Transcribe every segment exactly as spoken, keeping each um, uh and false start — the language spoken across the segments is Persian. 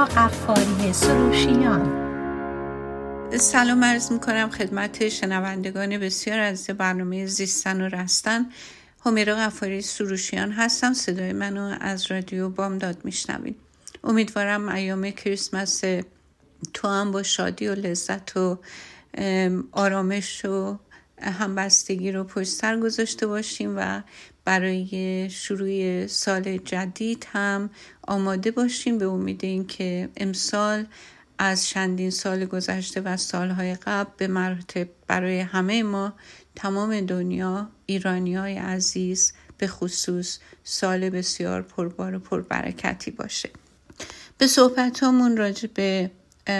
غفاری سروشیان. سلام عرض میکنم خدمت شنوندگان بسیار عزیز برنامه زیستن و رستن. همیرا غفاری سروشیان هستم. صدای منو از رادیو بامداد میشنوید. امیدوارم ایام کریسمس تو هم با شادی و لذت و آرامش و همبستگی رو پشت سر گذاشته باشیم و برای شروع سال جدید هم آماده باشیم، به امید این که امسال از چندین سال گذشته و سالهای قبل به مراتب برای همه ما تمام دنیا، ایرانیای عزیز به خصوص، سال بسیار پربار و پربرکتی باشه. به صحبتامون راجع به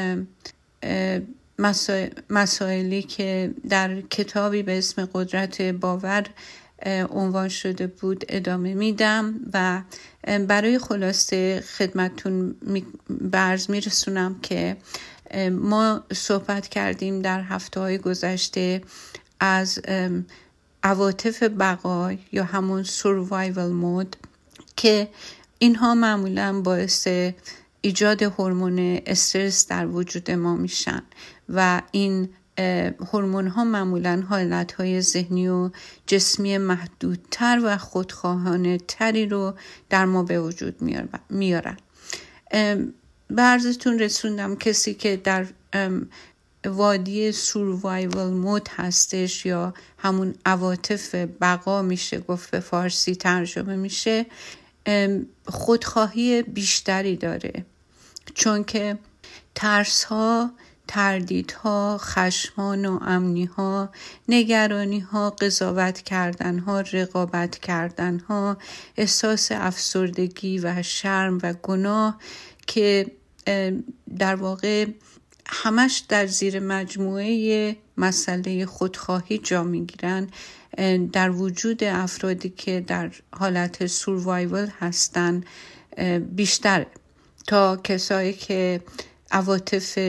مسائلی که در کتابی به اسم قدرت باور عنوان شده بود ادامه میدم و برای خلاصه خدمتون به عرض میرسونم که ما صحبت کردیم در هفته‌های گذشته از عواطف بقا یا همون survival mode که اینها معمولاً باعث ایجاد هورمون استرس در وجود ما میشن و این هورمون ها معمولاً حالت های ذهنی و جسمی محدودتر و خودخواهانه تری رو در ما به وجود میارن. به عرضتون رسوندم کسی که در وادی سوروایول مود هستش یا همون عواطف بقا میشه گفت، به فارسی ترجمه میشه، خودخواهی بیشتری داره، چون که ترس ها، تردیدها، خشم‌ها، ناامنی‌ها، نگرانی‌ها، قضاوت کردن‌ها، رقابت کردن‌ها، احساس افسردگی و شرم و گناه که در واقع همش در زیر مجموعه مسئله خودخواهی جا می‌گیرن، در وجود افرادی که در حالت سوروایول هستن بیشتر تا کسایی که عواطف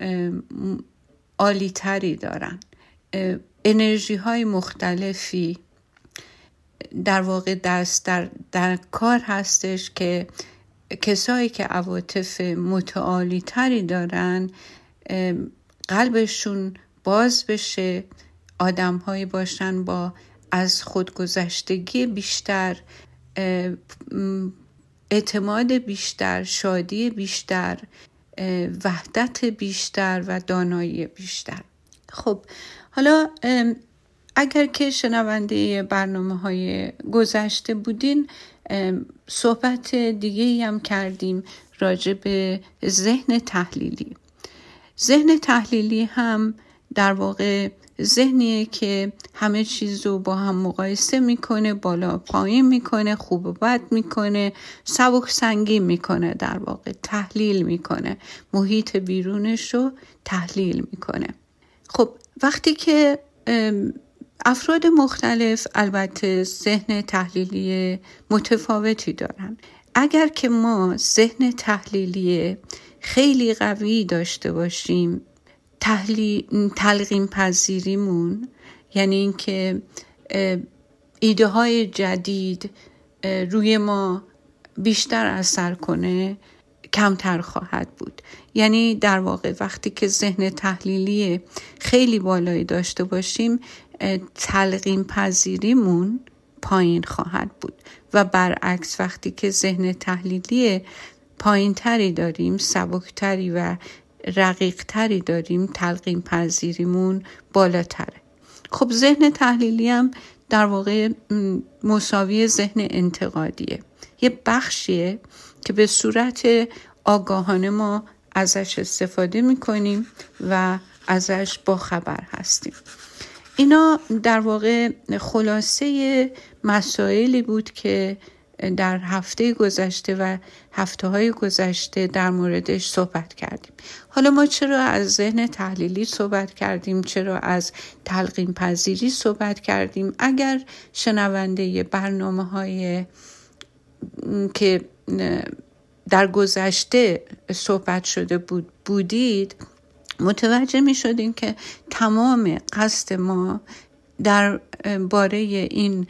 عالی تری دارن. انرژی های مختلفی در واقع دست در, در کار هستش که کسایی که عواطف متعالی تری دارن قلبشون باز بشه، آدم هایی باشن با از خودگذشتگی بیشتر، اعتماد بیشتر، شادی بیشتر، وحدت بیشتر و دانایی بیشتر. خب حالا اگر که شنونده برنامه های گذشته بودین، صحبت دیگه هم کردیم راجع به ذهن تحلیلی. ذهن تحلیلی هم در واقع ذهنیه که همه چیز رو با هم مقایسه میکنه، بالا پایین میکنه، خوب و بد میکنه، سبک سنگین میکنه، در واقع تحلیل میکنه، محیط بیرونش رو تحلیل میکنه. خب وقتی که افراد مختلف البته ذهن تحلیلی متفاوتی دارن، اگر که ما ذهن تحلیلی خیلی قوی داشته باشیم، تحلیل تلقین پذیریمون، یعنی اینکه ایده های جدید روی ما بیشتر اثر کنه، کمتر خواهد بود. یعنی در واقع وقتی که ذهن تحلیلی خیلی بالایی داشته باشیم، تلقین پذیریمون پایین خواهد بود و برعکس وقتی که ذهن تحلیلی پایین تری داریم، سبکتری و رقیق تری داریم، تلقین پذیریمون بالاتره. خب ذهن تحلیلی هم در واقع مساوی ذهن انتقادیه، یه بخشیه که به صورت آگاهانه ما ازش استفاده میکنیم و ازش با خبر هستیم. اینا در واقع خلاصه مسائلی بود که در هفته گذشته و هفته های گذشته در موردش صحبت کردیم. حالا ما چرا از ذهن تحلیلی صحبت کردیم؟ چرا از تلقین پذیری صحبت کردیم؟ اگر شنونده برنامه های که در گذشته صحبت شده بود بودید، متوجه می شدیم که تمام قصد ما در باره این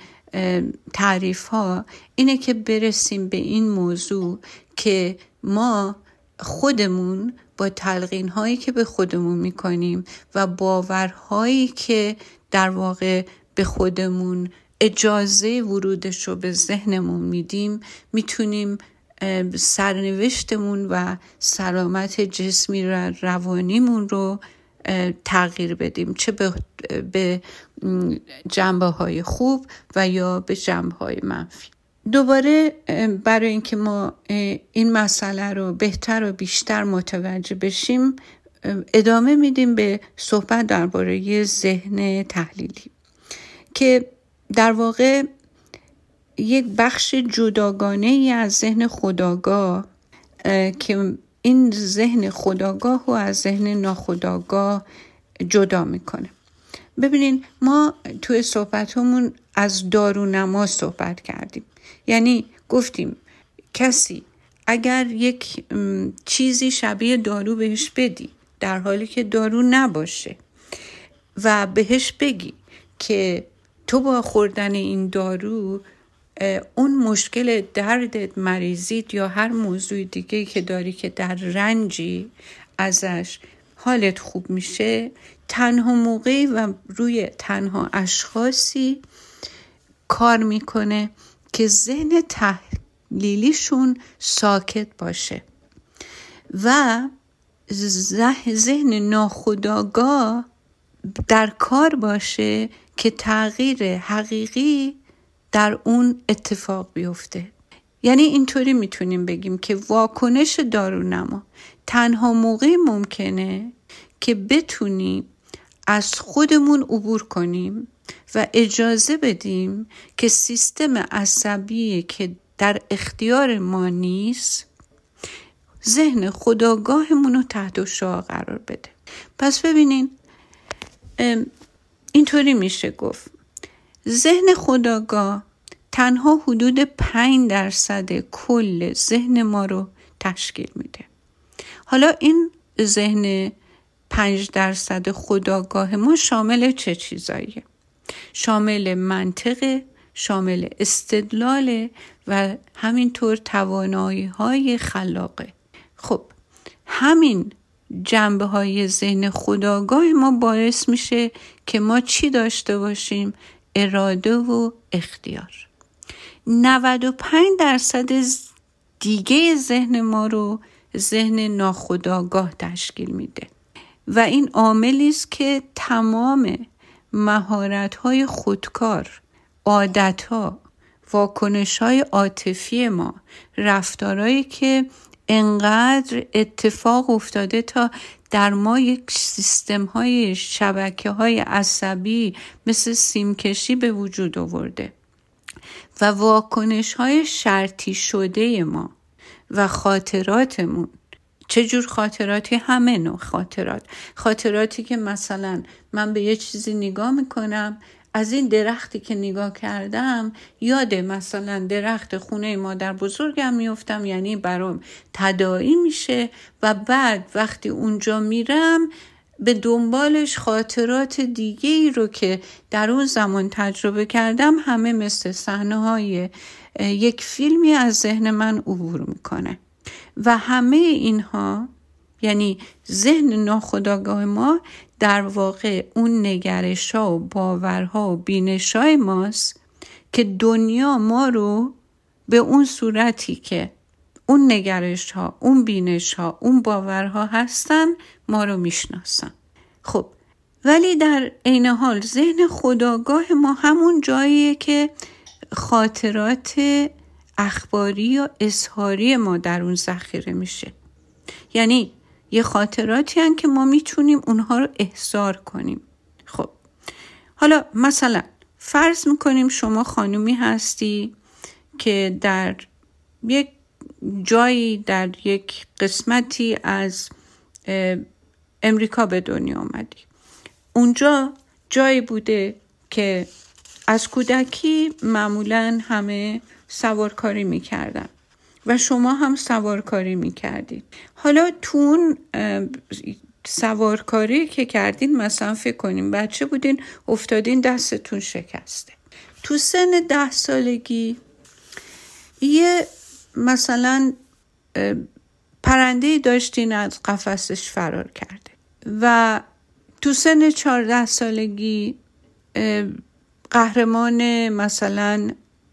تعریف ها اینه که برسیم به این موضوع که ما خودمون با تلقین هایی که به خودمون میکنیم و باورهایی که در واقع به خودمون اجازه ورودش رو به ذهنمون میدیم میتونیم سرنوشتمون و سلامت جسمی و روانیمون رو تغییر بدیم، چه به, به جنبه های خوب و یا به جنبه های منفی. دوباره برای اینکه ما این مسئله رو بهتر و بیشتر متوجه بشیم ادامه میدیم به صحبت درباره ذهن تحلیلی که در واقع یک بخش جداگانه ای از ذهن خودآگاه که این ذهن خودآگاه و از ذهن ناخودآگاه جدا میکنه. ببینین ما توی صحبتمون از دارونما صحبت کردیم، یعنی گفتیم کسی اگر یک چیزی شبیه دارو بهش بدی در حالی که دارو نباشه و بهش بگی که تو با خوردن این دارو اون مشکل دردت، مریضیت یا هر موضوع دیگه که داری که در رنجی ازش حالت خوب میشه، تنها موقعی و روی تنها اشخاصی کار میکنه که ذهن تحلیلیشون ساکت باشه و ذهن ناخودآگاه در کار باشه که تغییر حقیقی در اون اتفاق بیفته. یعنی اینطوری میتونیم بگیم که واکنش دارونما تنها موقعی ممکنه که بتونیم از خودمون عبور کنیم و اجازه بدیم که سیستم عصبی که در اختیار ما نیست ذهن خودآگاهمون رو تحت شعاع قرار بده. پس ببینین اینطوری میشه گفت ذهن خودآگاه تنها حدود پنج درصد کل ذهن ما رو تشکیل میده. حالا این ذهن پنج درصد خودآگاه ما شامل چه چیزاییه؟ شامل منطق، شامل استدلال و همینطور توانایی های خلاقه. خب همین جنبه های ذهن خودآگاه ما باعث میشه که ما چی داشته باشیم؟ اراده و اختیار. نود و پنج درصد دیگه ذهن ما رو ذهن ناخودآگاه تشکیل میده و این عاملی است که تمام مهارت‌های خودکار، عادت‌ها، واکنش‌های عاطفی ما، رفتارهایی که انقدر اتفاق افتاده تا در ما یک سیستم‌های شبکه‌های عصبی مثل سیمکشی به وجود آورده و واکنش‌های شرطی شده ما و خاطراتمون. چجور خاطراتی؟ همه نوع خاطرات. خاطراتی که مثلا من به یه چیزی نگاه میکنم، از این درختی که نگاه کردم یاد مثلا درخت خونه مادر بزرگم میفتم، یعنی برام تداعی میشه و بعد وقتی اونجا میرم به دنبالش خاطرات دیگه ای رو که در اون زمان تجربه کردم همه مثل صحنه‌های یک فیلمی از ذهن من عبور میکنه و همه اینها یعنی ذهن ناخودآگاه ما در واقع اون نگرش‌ها و باورها و بینش‌های ماست که دنیا ما رو به اون صورتی که اون نگرش‌ها، اون بینش‌ها، اون باورها هستن ما رو میشناسن. خب ولی در عین حال ذهن خودآگاه ما همون جاییه که خاطرات اخباری یا اظهاری ما در اون ذخیره میشه. یعنی یه خاطراتی هن که ما میتونیم اونها رو احضار کنیم. خب حالا مثلا فرض میکنیم شما خانومی هستی که در یک جایی، در یک قسمتی از امریکا به دنیا آمدی. اونجا جایی بوده که از کودکی معمولاً همه سوارکاری میکردن و شما هم سوارکاری میکردید. حالا تو اون سوارکاری که کردین مثلا فکر کنیم بچه بودین افتادین دستتون شکسته. تو سن ده سالگی یه مثلا پرنده‌ای داشتین از قفسش فرار کرده و تو سن چهارده سالگی قهرمان مثلا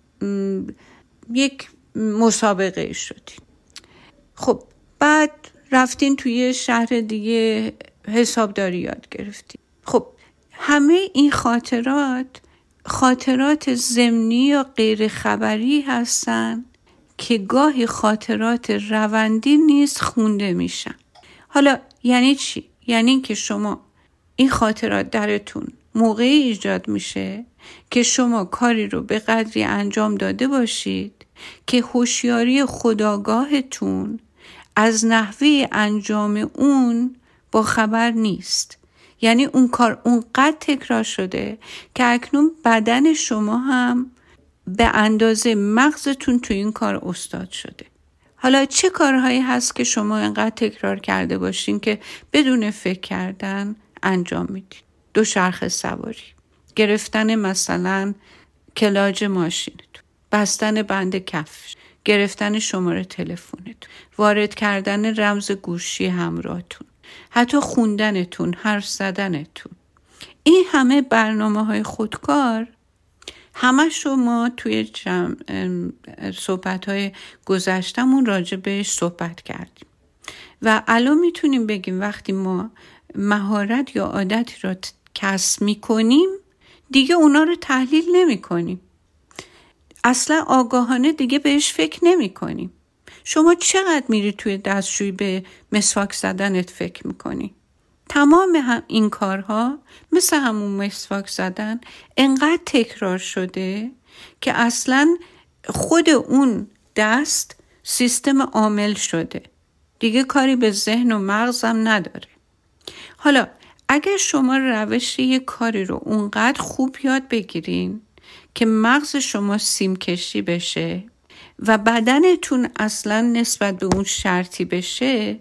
یک مسابقه شدین. خب بعد رفتین توی شهر دیگه حسابداری یاد گرفتین. خب همه این خاطرات خاطرات ضمنی یا غیر خبری هستن که گاهی خاطرات روندی نیز خونده میشن. حالا یعنی چی؟ یعنی که شما این خاطرات درتون موقعی ایجاد میشه که شما کاری رو به قدری انجام داده باشید که هوشیاری خودآگاهتون از نحوه انجام اون با خبر نیست. یعنی اون کار اونقدر تکرار شده که اکنون بدن شما هم به اندازه مغزتون تو این کار استاد شده. حالا چه کارهایی هست که شما اینقدر تکرار کرده باشین که بدون فکر کردن انجام میدین؟ دوچرخه سواری، گرفتن مثلا کلاج ماشینتون، بستن بند کفش، گرفتن شماره تلفنتون، وارد کردن رمز گوشی همراهتون، حتی خوندنتون، حرف زدنتون. این همه برنامه‌های خودکار همه شما توی صحبت‌های گذشتمون راجع بهش صحبت کردیم و الان میتونیم بگیم وقتی ما مهارت یا عادتی را کسب میکنیم دیگه اونا رو تحلیل نمی کنیم. اصلا آگاهانه دیگه بهش فکر نمی کنیم. شما چقدر میری توی دستشویی به مسواک زدنت فکر میکنی؟ تمام هم این کارها مثل همون مسواک زدن انقدر تکرار شده که اصلا خود اون دست سیستم عامل شده. دیگه کاری به ذهن و مغزم نداره. حالا اگر شما روش یک کاری رو اونقدر خوب یاد بگیرین که مغز شما سیم کشی بشه و بدنتون اصلا نسبت به اون شرطی بشه،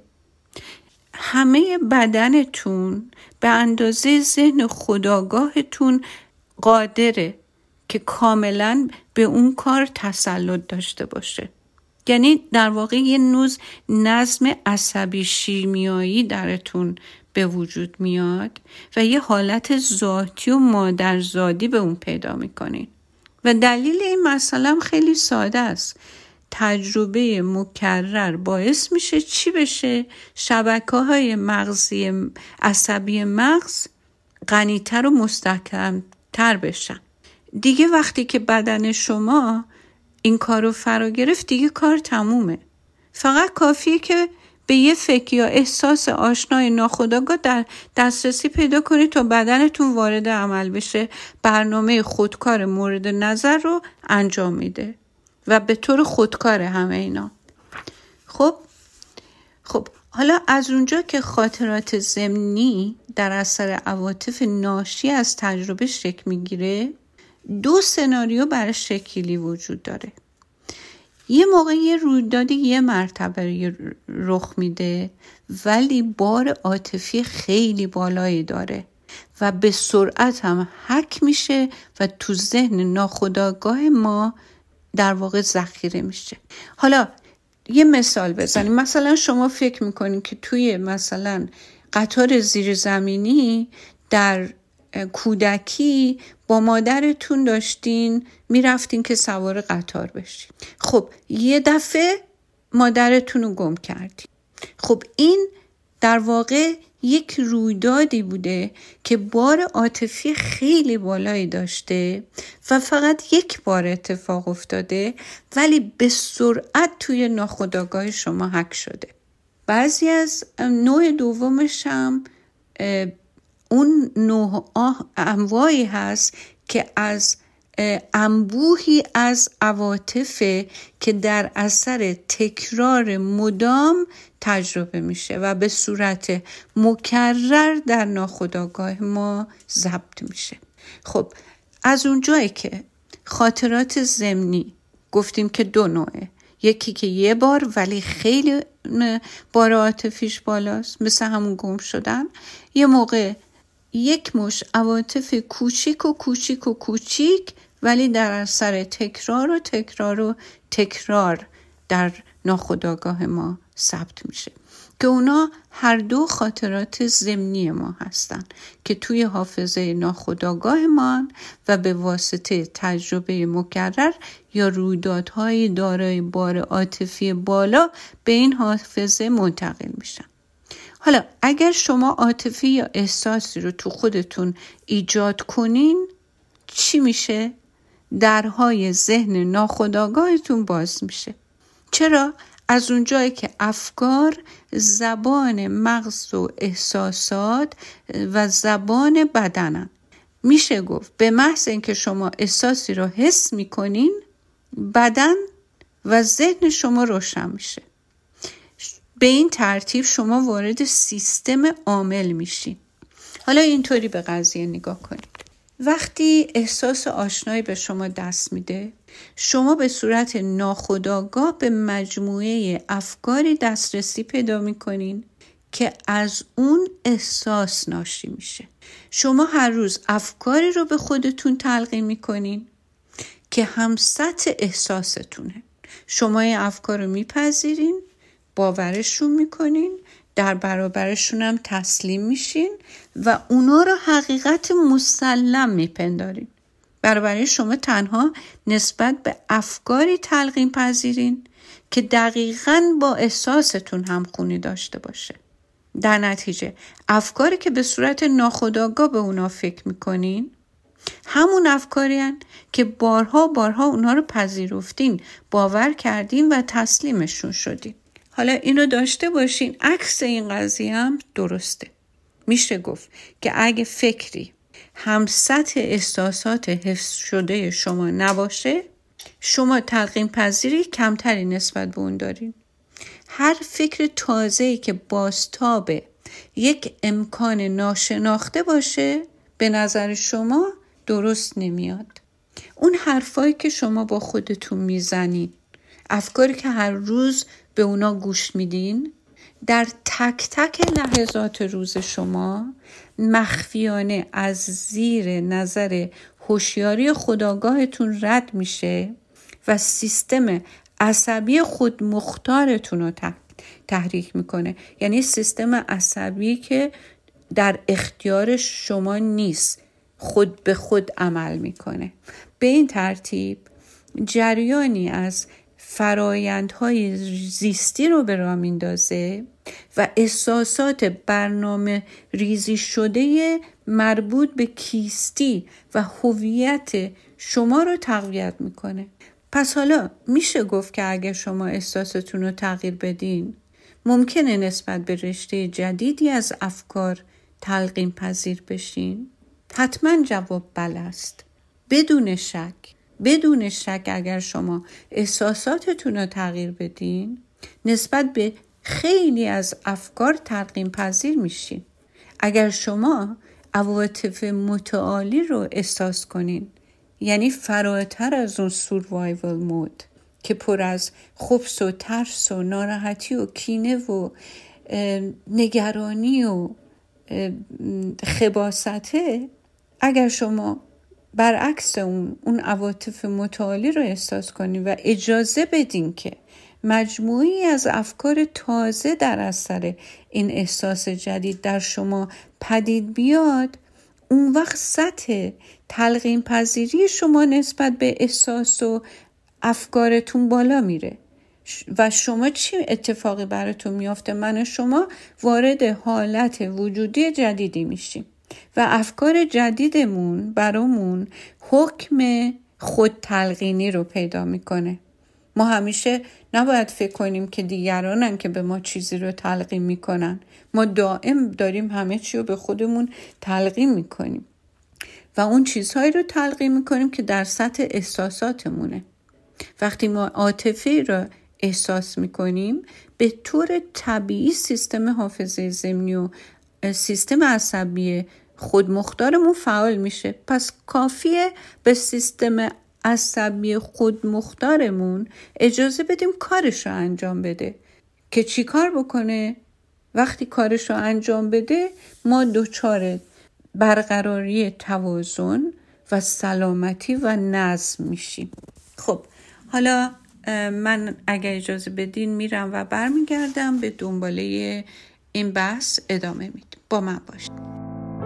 همه بدنتون به اندازه ذهن خودآگاهتون قادره که کاملا به اون کار تسلط داشته باشه. یعنی در واقع یه نوع نظم عصبی شیمیایی درتون به وجود میاد و یه حالت ذاتی و مادرزادی به اون پیدا میکنین. و دلیل این مسئله خیلی ساده است. تجربه مکرر باعث میشه چی بشه؟ شبکه‌های مغزی عصبی مغز غنی‌تر و مستحکم‌تر بشن. دیگه وقتی که بدن شما این کارو فرا گرفت دیگه کار تمومه. فقط کافیه که به یه فکر یا احساس آشنای ناخودآگاه در دسترسی پیدا کنید تا بدنتون وارد عمل بشه، برنامه خودکار مورد نظر رو انجام میده و به طور خودکاره همه اینا. خب خب حالا از اونجا که خاطرات ضمنی در اثر عواطف ناشی از تجربه شکل میگیره، دو سناریو برای شکلی وجود داره. یه موقع یه رویدادی یه مرتبه رخ میده ولی بار عاطفی خیلی بالایی داره و به سرعت هم حک میشه و تو ذهن ناخودآگاه ما در واقع ذخیره میشه. حالا یه مثال بزنیم. مثلا شما فکر میکنین که توی مثلا قطار زیرزمینی در کودکی با مادرتون داشتین میرفتین که سوار قطار بشین. خب یه دفعه مادرتون رو گم کردین. خب این در واقع یک رویدادی بوده که بار عاطفی خیلی بالایی داشته و فقط یک بار اتفاق افتاده ولی به سرعت توی ناخودآگاه شما حک شده. بعضی از نوع دومش هم اون نوع انواعی هست که از انبوهی از عواطف که در اثر تکرار مدام تجربه میشه و به صورت مکرر در ناخودآگاه ما ضبط میشه. خب از اونجایی که خاطرات ضمنی گفتیم که دو نوعه، یکی که یه بار ولی خیلی بار عاطفیش بالاست مثل همون گم شدن، یه موقع یک مش عواطف کوچیک و کوچیک و کوچیک ولی در اثر تکرار و تکرار و تکرار در ناخودآگاه ما ثبت میشه که اونا هر دو خاطرات ضمنی ما هستن که توی حافظه ناخودآگاهمان و به واسطه تجربه مکرر یا رویدادهای دارای بار عاطفی بالا به این حافظه منتقل میشن. حالا اگر شما عاطفی یا احساسی رو تو خودتون ایجاد کنین چی میشه؟ درهای ذهن ناخودآگاهتون باز میشه. چرا؟ از اونجایی که افکار زبان مغز و احساسات و زبان بدنن. میشه گفت به محض اینکه شما احساسی رو حس میکنین بدن و ذهن شما روشن میشه. به این ترتیب شما وارد سیستم عامل میشین. حالا اینطوری به قضیه نگاه کنید. وقتی احساس آشنایی به شما دست میده، شما به صورت ناخودآگاه به مجموعه افکاری دسترسی پیدا میکنین که از اون احساس ناشی میشه. شما هر روز افکاری رو به خودتون تلقین میکنین که هم سطح احساستونه. شما این افکار رو میپذیرین، باورشون میکنین، در برابرشون هم تسلیم میشین و اونا رو حقیقت مسلم میپندارین. برابر شما تنها نسبت به افکاری تلقین پذیرین که دقیقاً با احساستون همخونی داشته باشه. در نتیجه افکاری که به صورت ناخودآگاه به اونا فکر میکنین همون افکاری هن که بارها بارها اونا رو پذیرفتین، باور کردین و تسلیمشون شدین. حالا اینو داشته باشین عکس این قضیه هم درسته. میشه گفت که اگه فکری هم سطح احساسات حفظ شده شما نباشه، شما تلقین پذیری کمتری نسبت به اون دارین. هر فکر تازه‌ای که بازتاب یک امکان ناشناخته باشه به نظر شما درست نمیاد. اون حرفایی که شما با خودتون میزنین، افکاری که هر روز به اونا گوش میدین، در تک تک لحظات روز شما مخفیانه از زیر نظر هوشیاری خودآگاهتون رد میشه و سیستم عصبی خودمختارتون رو تحریک میکنه. یعنی سیستم عصبی که در اختیار شما نیست، خود به خود عمل میکنه. به این ترتیب جریانی از فرایندهای زیستی رو به راه میندازه و احساسات برنامه ریزی شده مربوط به کیستی و هویت شما رو تقویت میکنه. پس حالا میشه گفت که اگر شما احساستون رو تغییر بدین، ممکنه نسبت به رشته جدیدی از افکار تلقین پذیر بشین؟ حتما جواب بله است. بدون شک بدون شک اگر شما احساساتتون رو تغییر بدین، نسبت به خیلی از افکار تلقین پذیر میشین. اگر شما عواطف متعالی رو احساس کنین، یعنی فراتر از اون سوروایول مود که پر از خبث و ترس و ناراحتی و کینه و نگرانی و خباسته، اگر شما برعکس اون اون عواطف متعالی رو احساس کنین و اجازه بدین که مجموعی از افکار تازه در اثر این احساس جدید در شما پدید بیاد، اون وقت سطح تلقین پذیری شما نسبت به احساس و افکارتون بالا میره و شما چی اتفاقی براتون میافته؟ من و شما وارد حالت وجودی جدیدی میشیم و افکار جدیدمون برامون حکم خود تلقینی رو پیدا میکنه. ما همیشه نباید فکر کنیم که دیگرانن که به ما چیزی رو تلقین میکنن. ما دائم داریم همه چی رو به خودمون تلقین میکنیم و اون چیزهایی رو تلقین میکنیم که در سطح احساساتمونه. وقتی ما عاطفی رو احساس میکنیم، به طور طبیعی سیستم حافظه ضمنی و سیستم عصبی خودمختارمون فعال میشه. پس کافیه به سیستم عصبی خودمختارمون اجازه بدیم کارش رو انجام بده. که چی کار بکنه؟ وقتی کارش رو انجام بده، ما دچار برقراری توازن و سلامتی و نظم میشیم. خب حالا من اگر اجازه بدین میرم و برمیگردم به دنباله این بحث ادامه میدم. با من باشید.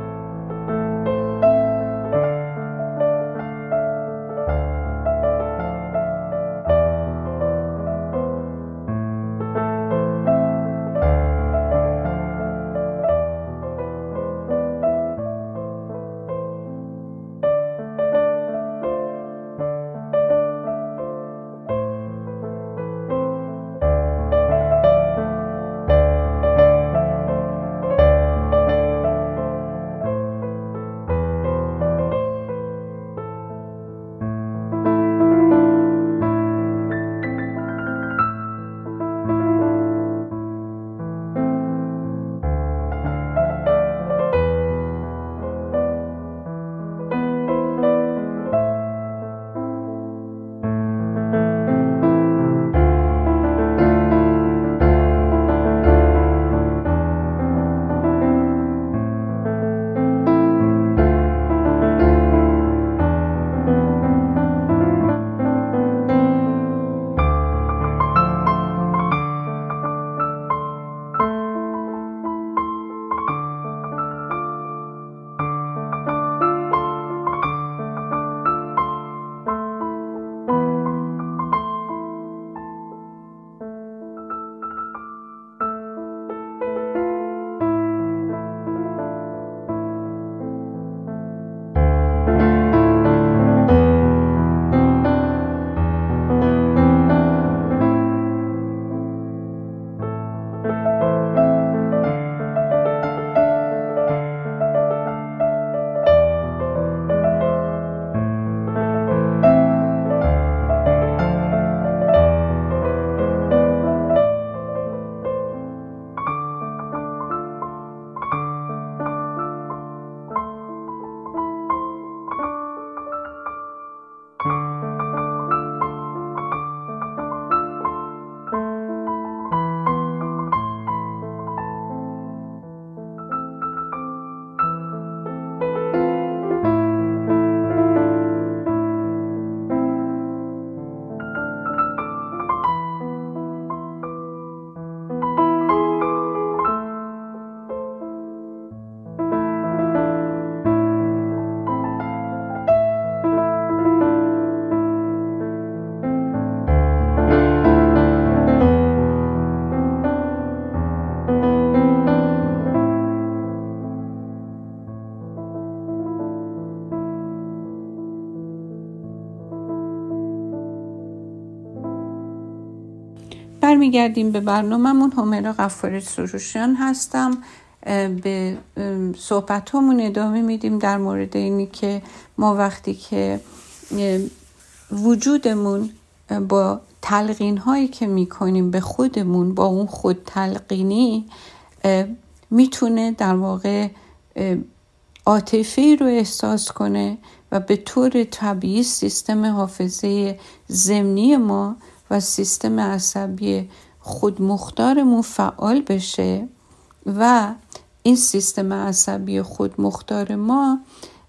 برمیگردیم به برنامه‌مون. همیرا غفاری سروشیان هستم. به صحبتامون ادامه میدیم در مورد اینی که ما وقتی که وجودمون با تلقین هایی که میکنیم به خودمون، با اون خود تلقینی میتونه در واقع عاطفه رو احساس کنه و به طور طبیعی سیستم حافظه ضمنی ما و سیستم عصبی خودمختارمون فعال بشه و این سیستم عصبی خودمختار ما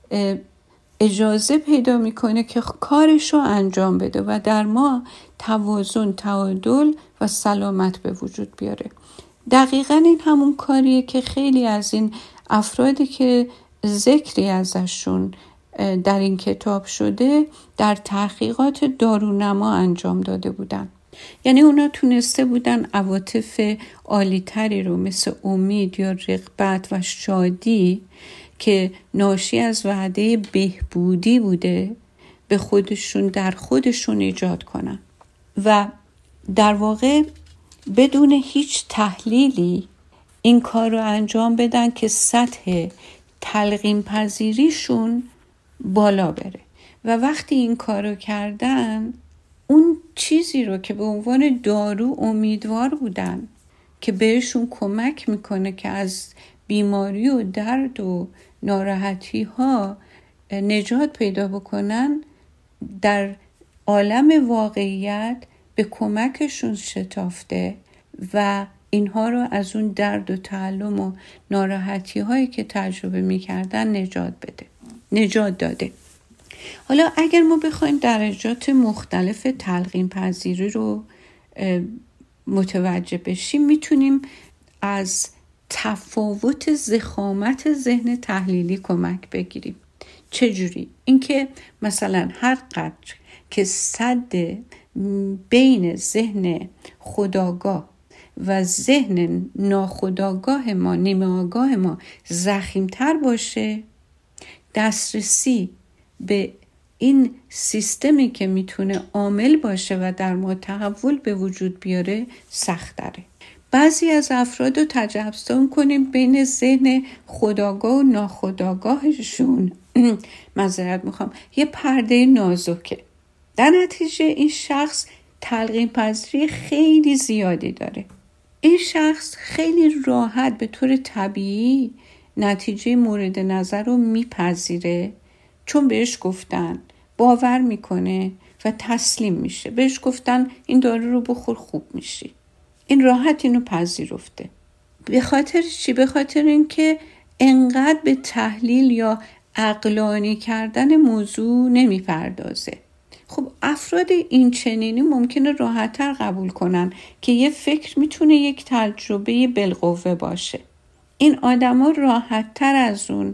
اجازه پیدا میکنه که کارش رو انجام بده و در ما توازن، تعادل و سلامت به وجود بیاره. دقیقاً این همون کاریه که خیلی از این افرادی که ذکری ازشون در این کتاب شده در تحقیقات دارونما انجام داده بودن. یعنی اونا تونسته بودن عواطف عالی‌تری رو مثل امید یا رغبت و شادی که ناشی از وعده بهبودی بوده به خودشون در خودشون ایجاد کنن و در واقع بدون هیچ تحلیلی این کار رو انجام بدن که سطح تلقین پذیریشون بالا بره. و وقتی این کار رو کردن، اون چیزی رو که به عنوان دارو امیدوار بودن که بهشون کمک میکنه که از بیماری و درد و ناراحتی ها نجات پیدا بکنن، در عالم واقعیت به کمکشون شتافته و اینها رو از اون درد و تعلم و ناراحتی هایی که تجربه میکردن نجات بده نجات داده. حالا اگر ما بخوایم درجات مختلف تلقین پذیری رو متوجه بشیم، میتونیم از تفاوت ضخامت ذهن تحلیلی کمک بگیریم. چجوری؟ اینکه مثلا هر قدر که سد بین ذهن خودآگاه و ذهن ناخودآگاه ما، نیمه آگاه ما ضخیم‌تر باشه، دسترسی به این سیستمی که میتونه عامل باشه و در ما تحول به وجود بیاره سخت داره. بعضی از افراد رو تجسم کنیم بین ذهن خودآگاه و ناخودآگاهشون معذرت میخوام یه پرده نازکه. در نتیجه این شخص تلقین پذیری خیلی زیادی داره. این شخص خیلی راحت به طور طبیعی نتیجه مورد نظر رو میپذیره، چون بهش گفتن، باور میکنه و تسلیم میشه. بهش گفتن این دارو رو بخور خوب میشی. این راحت اینو پذیرفته. به خاطر چی؟ به خاطر اینکه انقدر به تحلیل یا عقلانی کردن موضوع نمیپردازه. خب افراد این چنینی ممکنه راحت‌تر قبول کنن که یه فکر میتونه یک تجربه بالقوه باشه. این آدما راحت‌تر از اون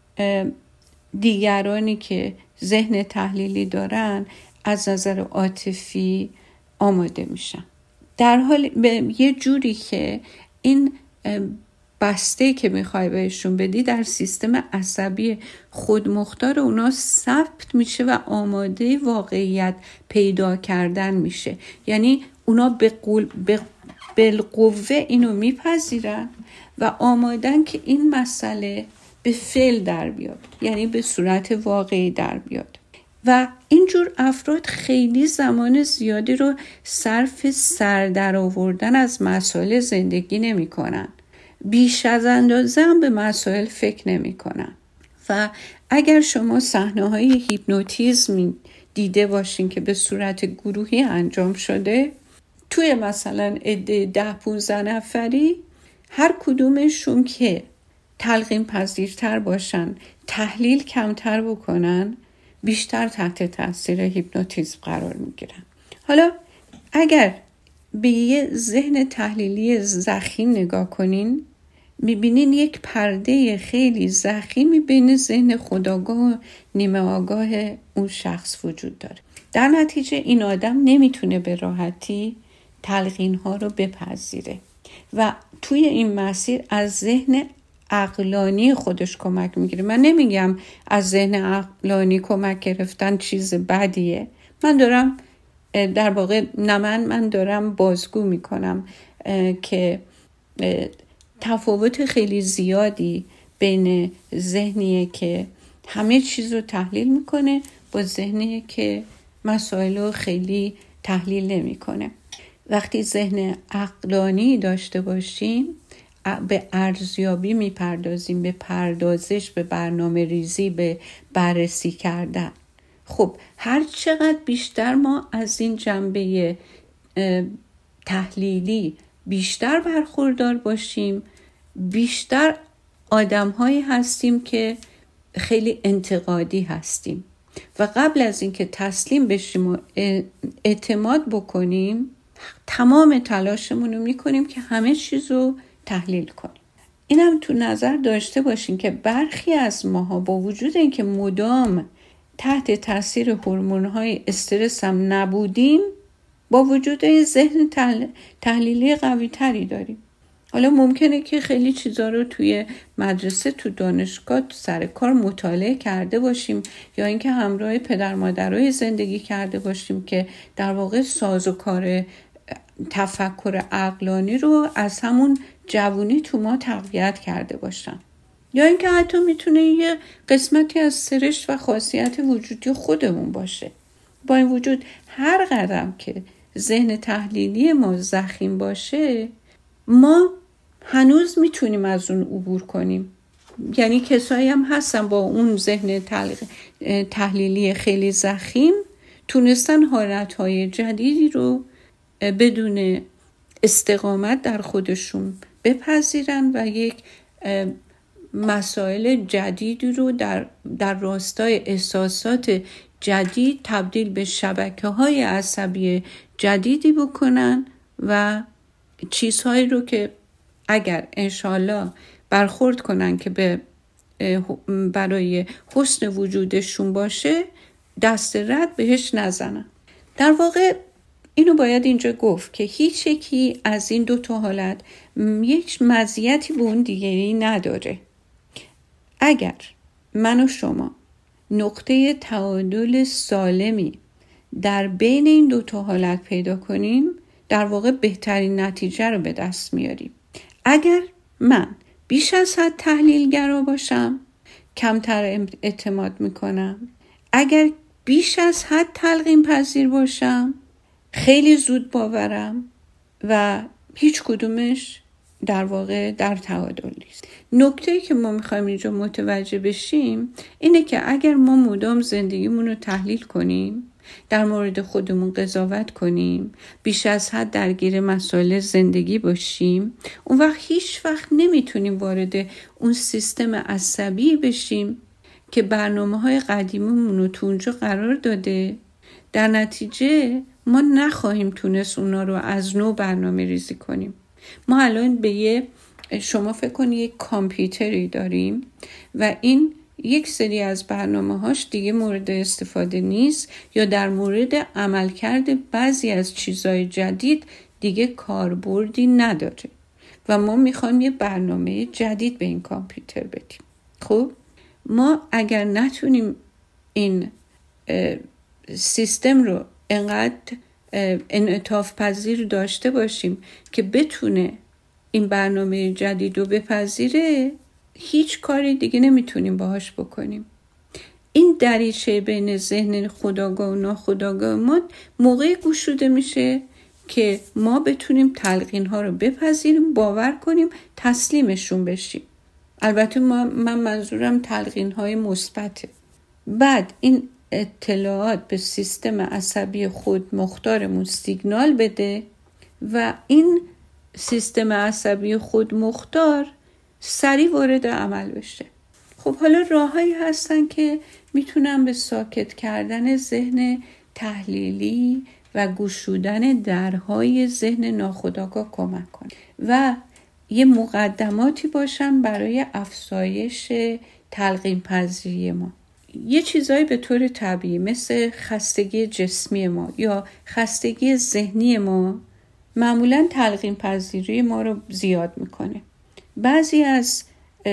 دیگرانی که ذهن تحلیلی دارن از نظر عاطفی آماده میشن. در حال به یه جوری که این بسته که میخوای بهشون بدی در سیستم عصبی خودمختار اونا ثبت میشه و آماده واقعیت پیدا کردن میشه. یعنی اونا به قول به بالقوه اینو میپذیرن و آمادن که این مسئله به فعل در بیاد، یعنی به صورت واقعی در بیاد. و اینجور افراد خیلی زمان زیادی رو صرف سر در آوردن از مسائل زندگی نمی کنن. بیش از اندازه هم به مسائل فکر نمی کنن. و اگر شما صحنه‌های هیپنوتیزم دیده باشین که به صورت گروهی انجام شده، توی مثلا عده ده پونزده نفری هر کدومشون که تلقین پذیرتر باشن، تحلیل کمتر بکنن، بیشتر تحت تاثیر هیپنوتیزم قرار میگیرن. حالا اگر به یه ذهن تحلیلی ضخیم نگاه کنین، میبینین یک پرده خیلی ضخیمی بین ذهن خودآگاه و نیمه آگاه اون شخص وجود داره. در نتیجه این آدم نمیتونه به راحتی تلقین ها رو بپذیره و توی این مسیر از ذهن عقلانی خودش کمک میگیره. من نمیگم از ذهن عقلانی کمک گرفتن چیز بدیه. من دارم در واقع نه من من دارم بازگو میکنم که تفاوت خیلی زیادی بین ذهنیه که همه چیز رو تحلیل میکنه با ذهنیه که مسائل رو خیلی تحلیل نمیکنه. وقتی ذهن عقلانی داشته باشیم به ارزیابی میپردازیم، به پردازش، به برنامه ریزی، به بررسی کردن. خب هر چقدر بیشتر ما از این جنبه تحلیلی بیشتر برخوردار باشیم، بیشتر آدم‌هایی هستیم که خیلی انتقادی هستیم و قبل از اینکه تسلیم بشیم و اعتماد بکنیم تمام تلاشمون رو میکنیم که همه چیز رو تحلیل کنیم. اینم تو نظر داشته باشین که برخی از ماها با وجود اینکه مدام تحت تاثیر هورمون‌های استرس هم نبودیم، با وجود این ذهن تحلیلی قوی تری داریم. حالا ممکنه که خیلی چیزا رو توی مدرسه، تو دانشگاه، تو سر کار مطالعه کرده باشیم یا اینکه همراه پدر مادرای زندگی کرده باشیم که در واقع سازوکار تفکر عقلانی رو از همون جوونی تو ما تقویت کرده باشن، یا اینکه حتی میتونه یه قسمتی از سرشت و خاصیت وجودی خودمون باشه. با این وجود هر قدم که ذهن تحلیلی ما ضخیم باشه، ما هنوز میتونیم از اون عبور کنیم. یعنی کسایی هم هستن با اون ذهن تحلیلی خیلی ضخیم تونستن حالتهای جدیدی رو بدون استقامت در خودشون بپذیرن و یک مسائل جدیدی رو در, در راستای احساسات جدید تبدیل به شبکه‌های عصبی جدیدی بکنن و چیزهایی رو که اگر انشالله برخورد کنن که به برای حسن وجودشون باشه دست رد بهش نزنن. در واقع اینو باید اینجا گفت که هیچ یکی از این دو تا حالت یک مزیتی به اون دیگری نداره. اگر من و شما نقطه تعادل سالمی در بین این دو تا حالت پیدا کنیم در واقع بهترین نتیجه رو به دست میاریم. اگر من بیش از حد تحلیلگرا باشم کمتر اعتماد میکنم. اگر بیش از حد تلقین پذیر باشم خیلی زود باورم و هیچ کدومش در واقع در تعادل نیست. نکته‌ای که ما میخوایم اینجا متوجه بشیم اینه که اگر ما مدام زندگیمون رو تحلیل کنیم، در مورد خودمون قضاوت کنیم، بیش از حد درگیر مسائل زندگی باشیم، اون وقت هیچ وقت نمیتونیم وارد اون سیستم عصبی بشیم که برنامه‌های قدیمیمون رو تو اونجا قرار داده. در نتیجه ما نخواهیم تونست اونا رو از نو برنامه ریزی کنیم. ما الان به یه شما فکر کنید یک کامپیوتری داریم و این یک سری از برنامه‌هاش دیگه مورد استفاده نیست یا در مورد عملکرد بعضی از چیزهای جدید دیگه کاربردی نداره و ما میخوایم یه برنامه جدید به این کامپیوتر بدیم. خب ما اگر نتونیم این سیستم رو انقدر انعطاف پذیر داشته باشیم که بتونه این برنامه جدید رو بپذیره، هیچ کاری دیگه نمیتونیم باهاش بکنیم. این دریچه بین ذهن خودآگاه و ناخودآگاه ما موقعی گشوده میشه که ما بتونیم تلقین ها رو بپذیریم، باور کنیم، تسلیمشون بشیم. البته ما من منظورم تلقین های مثبته. بعد این اطلاعات به سیستم عصبی خود مختارمون سیگنال بده و این سیستم عصبی خود مختار سریع وارد عمل بشه. خب حالا راههایی هستن که میتونن به ساکت کردن ذهن تحلیلی و گشودن درهای ذهن ناخودآگاه کمک کنن و یه مقدماتی باشن برای افزایش تلقین پذیری ما. یه چیزایی به طور طبیعی مثل خستگی جسمی ما یا خستگی ذهنی ما معمولاً تلقین پذیری ما رو زیاد میکنه. بعضی از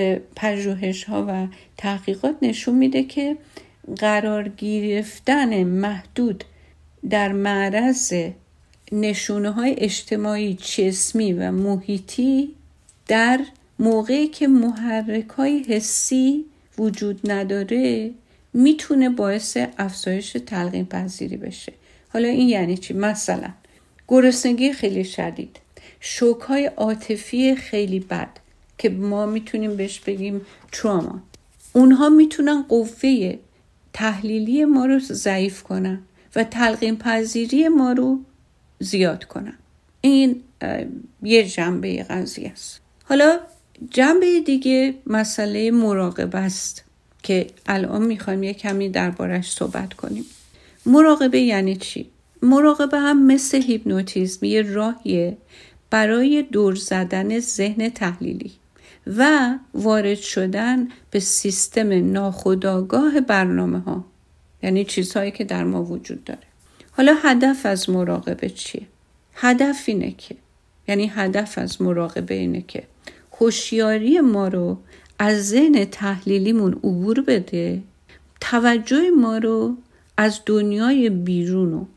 پژوهش‌ها و تحقیقات نشون میده که قرار گرفتن محدود در معرض نشونه‌های اجتماعی، جسمی و محیطی در موقعی که محرک‌های حسی وجود نداره میتونه باعث افزایش تلقین پذیری بشه. حالا این یعنی چی؟ مثلا گرسنگی خیلی شدید، شوک‌های عاطفی خیلی بد که ما میتونیم بهش بگیم تراما، اونها میتونن قوه تحلیلی ما رو ضعیف کنن و تلقین پذیری ما رو زیاد کنن. این یه جنبه قضیه است. حالا جنبه دیگه مسئله مراقبه است که الان میخوایم یه کمی دربارش صحبت کنیم. مراقبه یعنی چی؟ مراقبه هم مثل هیپنوتیزم یه راهیه برای دور زدن ذهن تحلیلی و وارد شدن به سیستم ناخودآگاه برنامه ها، یعنی چیزهایی که در ما وجود داره. حالا هدف از مراقبه چیه؟ هدف اینه که یعنی هدف از مراقبه اینه که هوشیاری ما رو از ذهن تحلیلیمون عبور بده، توجه ما رو از دنیای بیرون و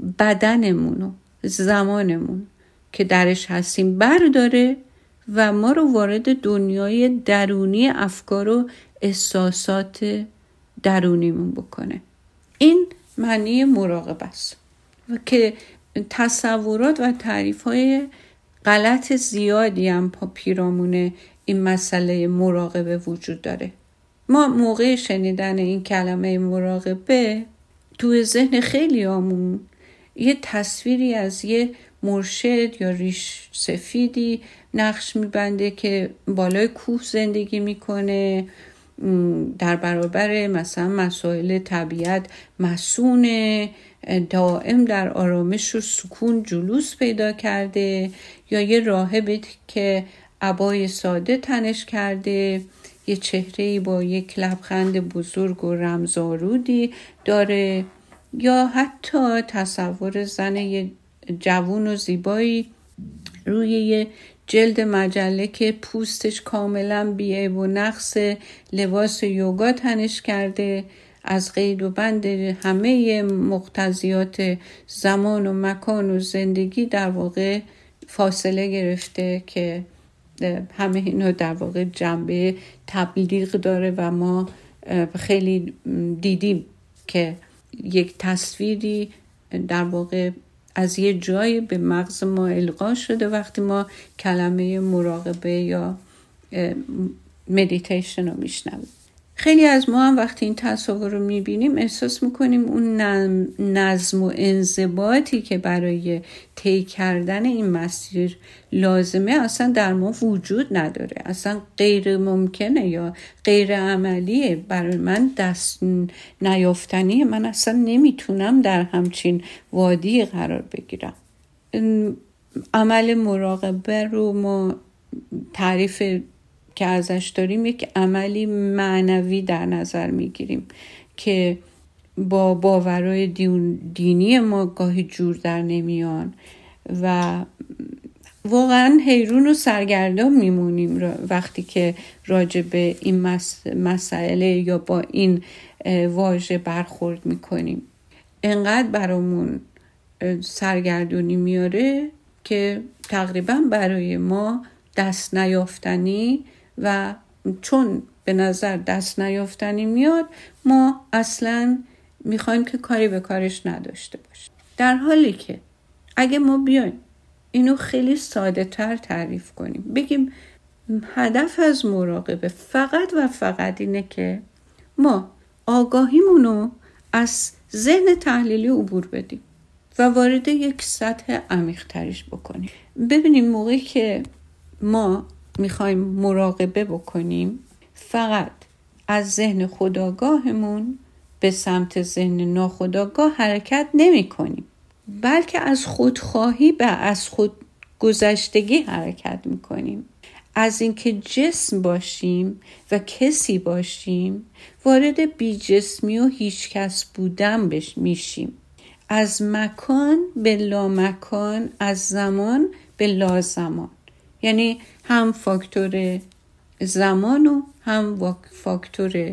بدنمون و زمانمون که درش هستیم برداره و ما رو وارد دنیای درونی افکار و احساسات درونیمون بکنه. این معنی مراقبه است و که تصورات و تعریف‌های غلط زیادی هم پا پیرامون این مسئله مراقبه وجود داره. ما موقع شنیدن این کلمه مراقبه تو ذهن خیلی همون یه تصویری از یه مرشد یا ریش سفیدی نقش میبنده که بالای کوه زندگی میکنه، در برابر مثلا مسائل طبیعت مسونه، دائم در آرامش و سکون جلوس پیدا کرده، یا یه راهبی که عبای ساده تنش کرده، یه چهره‌ای با یک لبخند بزرگ و رمزآلودی داره، یا حتی تصور زن یه جوون و زیبایی روی یه جلد مجله که پوستش کاملا بی‌عیب و نقص لباس یوگا تنش کرده، از قید و بند همه مقتضیات زمان و مکان و زندگی در واقع فاصله گرفته که همه اینا در واقع جنبه تبلیغ داره و ما خیلی دیدیم که یک تصویری در واقع از یه جایی به مغز ما القا شده وقتی ما کلمه مراقبه یا مدیتیشن رو میشنویم. خیلی از ما هم وقتی این تصاویر رو میبینیم احساس میکنیم اون نظم و انضباطی که برای طی کردن این مسیر لازمه اصلا در ما وجود نداره، اصلا غیر ممکنه یا غیر عملیه، برای من دست نیافتنیه، من اصلا نمیتونم در همچین وادی قرار بگیرم. عمل مراقبه رو ما تعریف که ازش داریم یک عملی معنوی در نظر میگیریم که با باورهای دینی ما گاهی جور در نمیان و واقعا حیرون و سرگردان میمونیم وقتی که راجع به این مسئله یا با این واژه برخورد میکنیم. انقدر برامون سرگردونی میاره که تقریبا برای ما دست نیافتنی و چون به نظر دست نیافتنی میاد ما اصلا میخوایم که کاری به کارش نداشته باشیم، در حالی که اگه ما بیایم اینو خیلی ساده تر تعریف کنیم، بگیم هدف از مراقبه فقط و فقط اینه که ما آگاهیمونو از ذهن تحلیلی عبور بدیم و وارد یک سطح عمیق تریش بکنیم. ببینیم موقعی که ما میخوایم مراقبه بکنیم فقط از ذهن خودآگاهمون به سمت ذهن ناخودآگاه حرکت نمی کنیم، بلکه از خودخواهی به از خود گذشتگی حرکت می کنیم. از اینکه جسم باشیم و کسی باشیم وارد بی جسمی و هیچ کس بودن بش میشیم. از مکان به لامکان، از زمان به لازمان، یعنی هم فاکتور زمان و هم فاکتور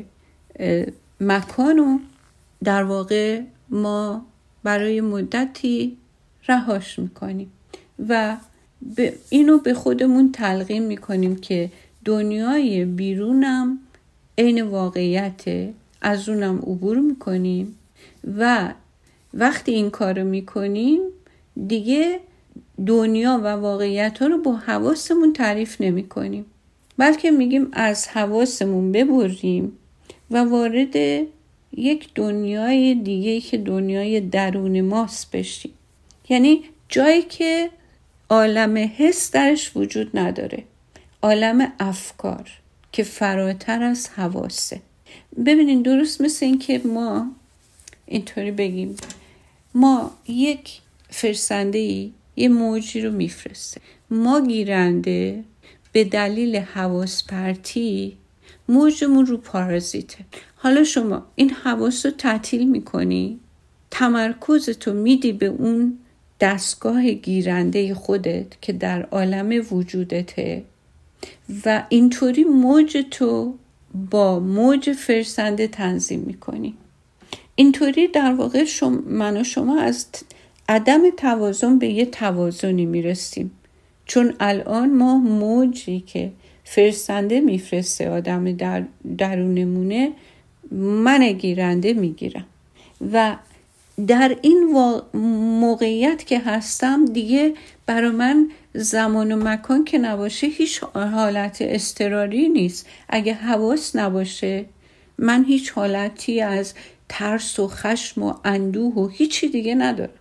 مکان و در واقع ما برای مدتی رهاش میکنیم و اینو به خودمون تلقین میکنیم که دنیای بیرونم عین واقعیته، از اونم عبور میکنیم و وقتی این کارو میکنیم دیگه دنیا و واقعیت ها رو با حواسمون تعریف نمی کنیم، بلکه میگیم از حواسمون ببریم و وارد یک دنیای دیگه که دنیای درون ماست بشیم، یعنی جایی که عالم حس درش وجود نداره، عالم افکار که فراتر از حواسه. ببینین درست مثل این که ما اینطوری بگیم ما یک فرستنده‌ای یه موجی رو میفرسته، ما گیرنده به دلیل حواس پرتی موجمون رو پارازیته. حالا شما این حواس رو تعطیل میکنی، تمرکزتو میدی به اون دستگاه گیرنده خودت که در عالم وجودته و اینطوری موجتو با موج فرستنده تنظیم میکنی. اینطوری در واقع شما من و شما از عدم توازن به یه توازنی میرسیم، چون الان ما موجی که فرستنده میفرسته آدم در درونمونه من گیرنده میگیرم و در این موقعیت که هستم دیگه برای من زمان و مکان که نباشه هیچ حالت اضطراری نیست. اگه حواس نباشه من هیچ حالتی از ترس و خشم و اندوه و هیچی دیگه ندارم.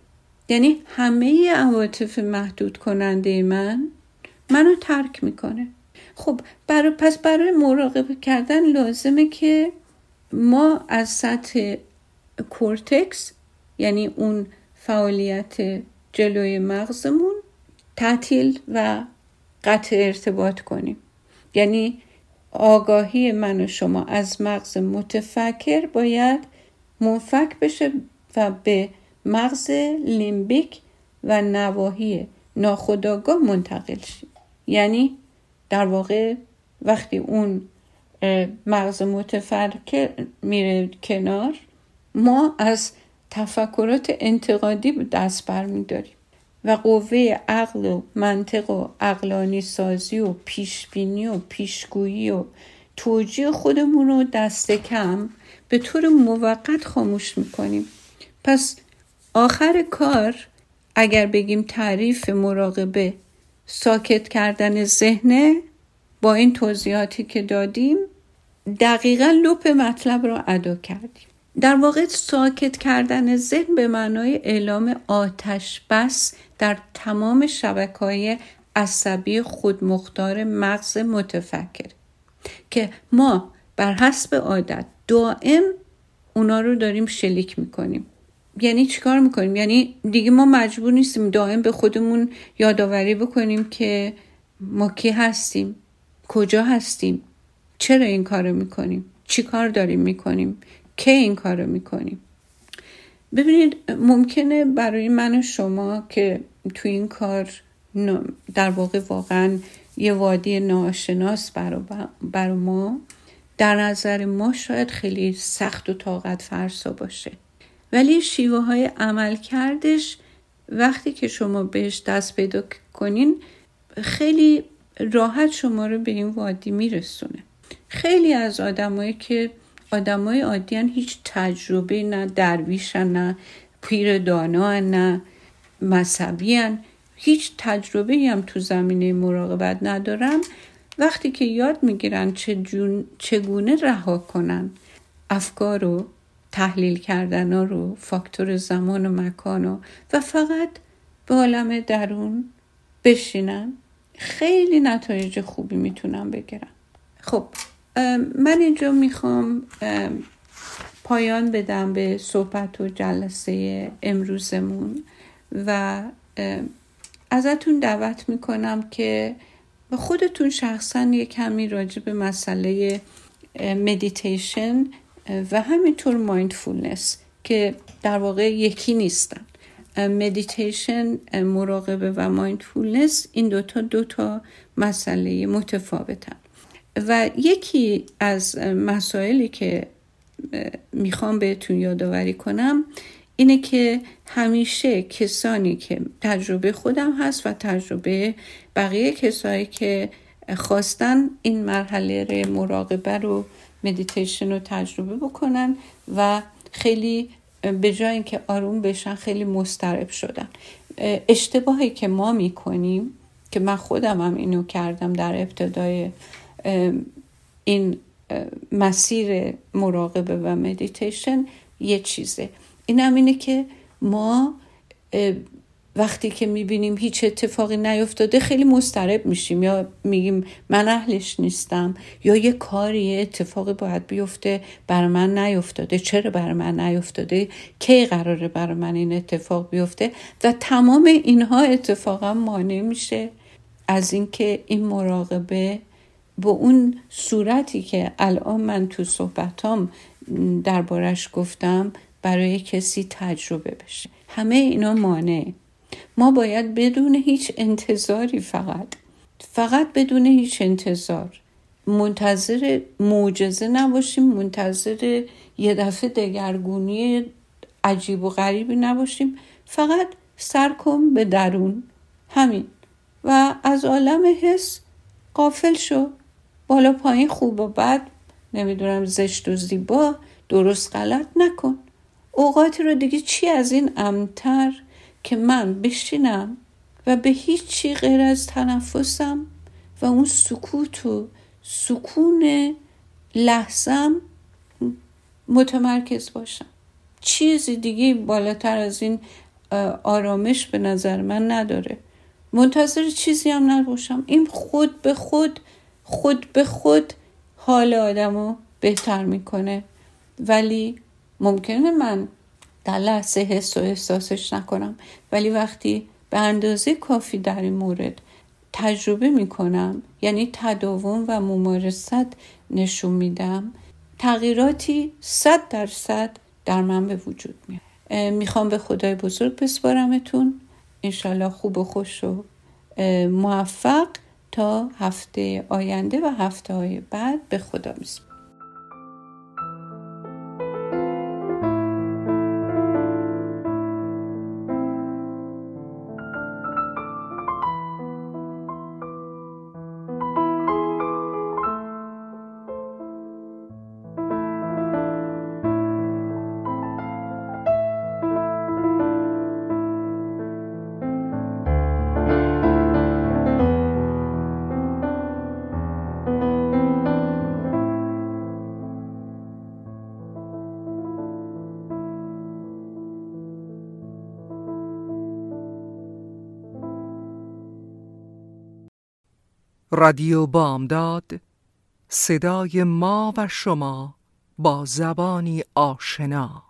یعنی همه عواطف محدود کننده من منو ترک میکنه. خب برای پس برای مراقبه کردن لازمه که ما از سطح کورتکس، یعنی اون فعالیت جلوی مغزمون، تعطیل و قطع ارتباط کنیم. یعنی آگاهی من و شما از مغز متفکر باید منفک بشه و به مغز لیمبیک و نواحی ناخودآگاه منتقل شه. یعنی در واقع وقتی اون مغز متفکر میره کنار، ما از تفکرات انتقادی دست برمی داریم و قوه عقل و منطق و عقلانی سازی و پیشبینی و پیشگویی و توجیه خودمون رو دست کم به طور موقت خاموش میکنیم. پس آخر کار اگر بگیم تعریف مراقبه ساکت کردن ذهنه، با این توضیحاتی که دادیم دقیقا لپ مطلب رو ادا کردیم. در واقع ساکت کردن ذهن به معنای اعلام آتش بس در تمام شبکه‌های عصبی خودمختار مغز متفکر که ما بر حسب عادت دائم اونا رو داریم شلیک میکنیم. یعنی چیکار میکنیم؟ یعنی دیگه ما مجبور نیستیم دائم به خودمون یادآوری بکنیم که ما کی هستیم، کجا هستیم، چرا این کارو میکنیم، چی کار داریم میکنیم، کی این کارو میکنیم. ببینید ممکنه برای من و شما که تو این کار در واقع واقعا یه وادی ناآشناس برای ما، در نظر ما شاید خیلی سخت و طاقت فرسا باشه، ولی شیوه های عمل کردش وقتی که شما بهش دست پیدا کنین خیلی راحت شما رو به این وادی میرسونه. خیلی از آدمایی که آدمای عادیان، هیچ تجربه نه درویشن، نه پیر دانا، نه مذهبیان، هیچ تجربه هم تو زمینه مراقبت ندارن، وقتی که یاد میگیرن چگونه رها کنن افکار رو، تحلیل کردن ها رو، فاکتور زمان و مکان رو و فقط به عالم درون بشینن، خیلی نتایج خوبی میتونن بگیرن. خب من اینجا میخوام پایان بدم به صحبت و جلسه امروزمون و ازتون دعوت میکنم که به خودتون شخصا یک کمی راجع به مسئله مدیتیشن و همینطور مایندفولنس که در واقع یکی نیستن. مدیتیشن، مراقبه و مایندفولنس این دوتا دوتا مسئله متفاوتن و یکی از مسائلی که میخوام بهتون یادآوری کنم اینه که همیشه کسانی که تجربه خودم هست و تجربه بقیه کسایی که خواستن این مرحله مراقبه رو، مدیتیشن رو تجربه بکنن و خیلی به جای اینکه آروم بشن خیلی مضطرب شدن. اشتباهی که ما میکنیم که من خودم هم اینو کردم در ابتدای این مسیر مراقبه و مدیتیشن، یه چیزه، اینم اینه که ما وقتی که میبینیم هیچ اتفاقی نیفتاده خیلی مضطرب میشیم یا میگیم من اهلش نیستم یا یه کاری اتفاقی باید بیفته برای من نیفتاده، چرا برای من نیفتاده، کی قراره برای من این اتفاق بیفته و تمام اینها اتفاقا مانع میشه از اینکه این مراقبه با اون صورتی که الان من تو صحبتام دربارش گفتم برای کسی تجربه بشه. همه اینا مانع. ما باید بدون هیچ انتظاری، فقط فقط بدون هیچ انتظار منتظر معجزه نباشیم، منتظر یه دفعه دگرگونی عجیب و غریبی نباشیم، فقط سر کن به درون، همین، و از عالم حس غافل شو. بالا پایین، خوب و بد، نمیدونم زشت و زیبا، درست غلط نکن. اوقات رو دیگه چی از این امتر که من بشینم و به هیچ چی غیر از تنفسم و اون سکوت و سکون لحظم متمرکز باشم. چیزی دیگه بالاتر از این آرامش به نظر من نداره. منتظر چیزی هم نباشم. این خود به خود خود به خود حال آدمو بهتر میکنه، ولی ممکنه من در لحظه حس و احساسش نکنم، ولی وقتی به اندازه کافی در این مورد تجربه میکنم، یعنی تداوم و ممارست نشون میدم، تغییراتی صد درصد در من به وجود میاد. میخوام به خدای بزرگ بسپارمتون. انشالله خوب و خوش و موفق تا هفته آینده و هفته های بعد. به خدا میسپارم. رادیو بامداد، صدای ما و شما با زبانی آشنا.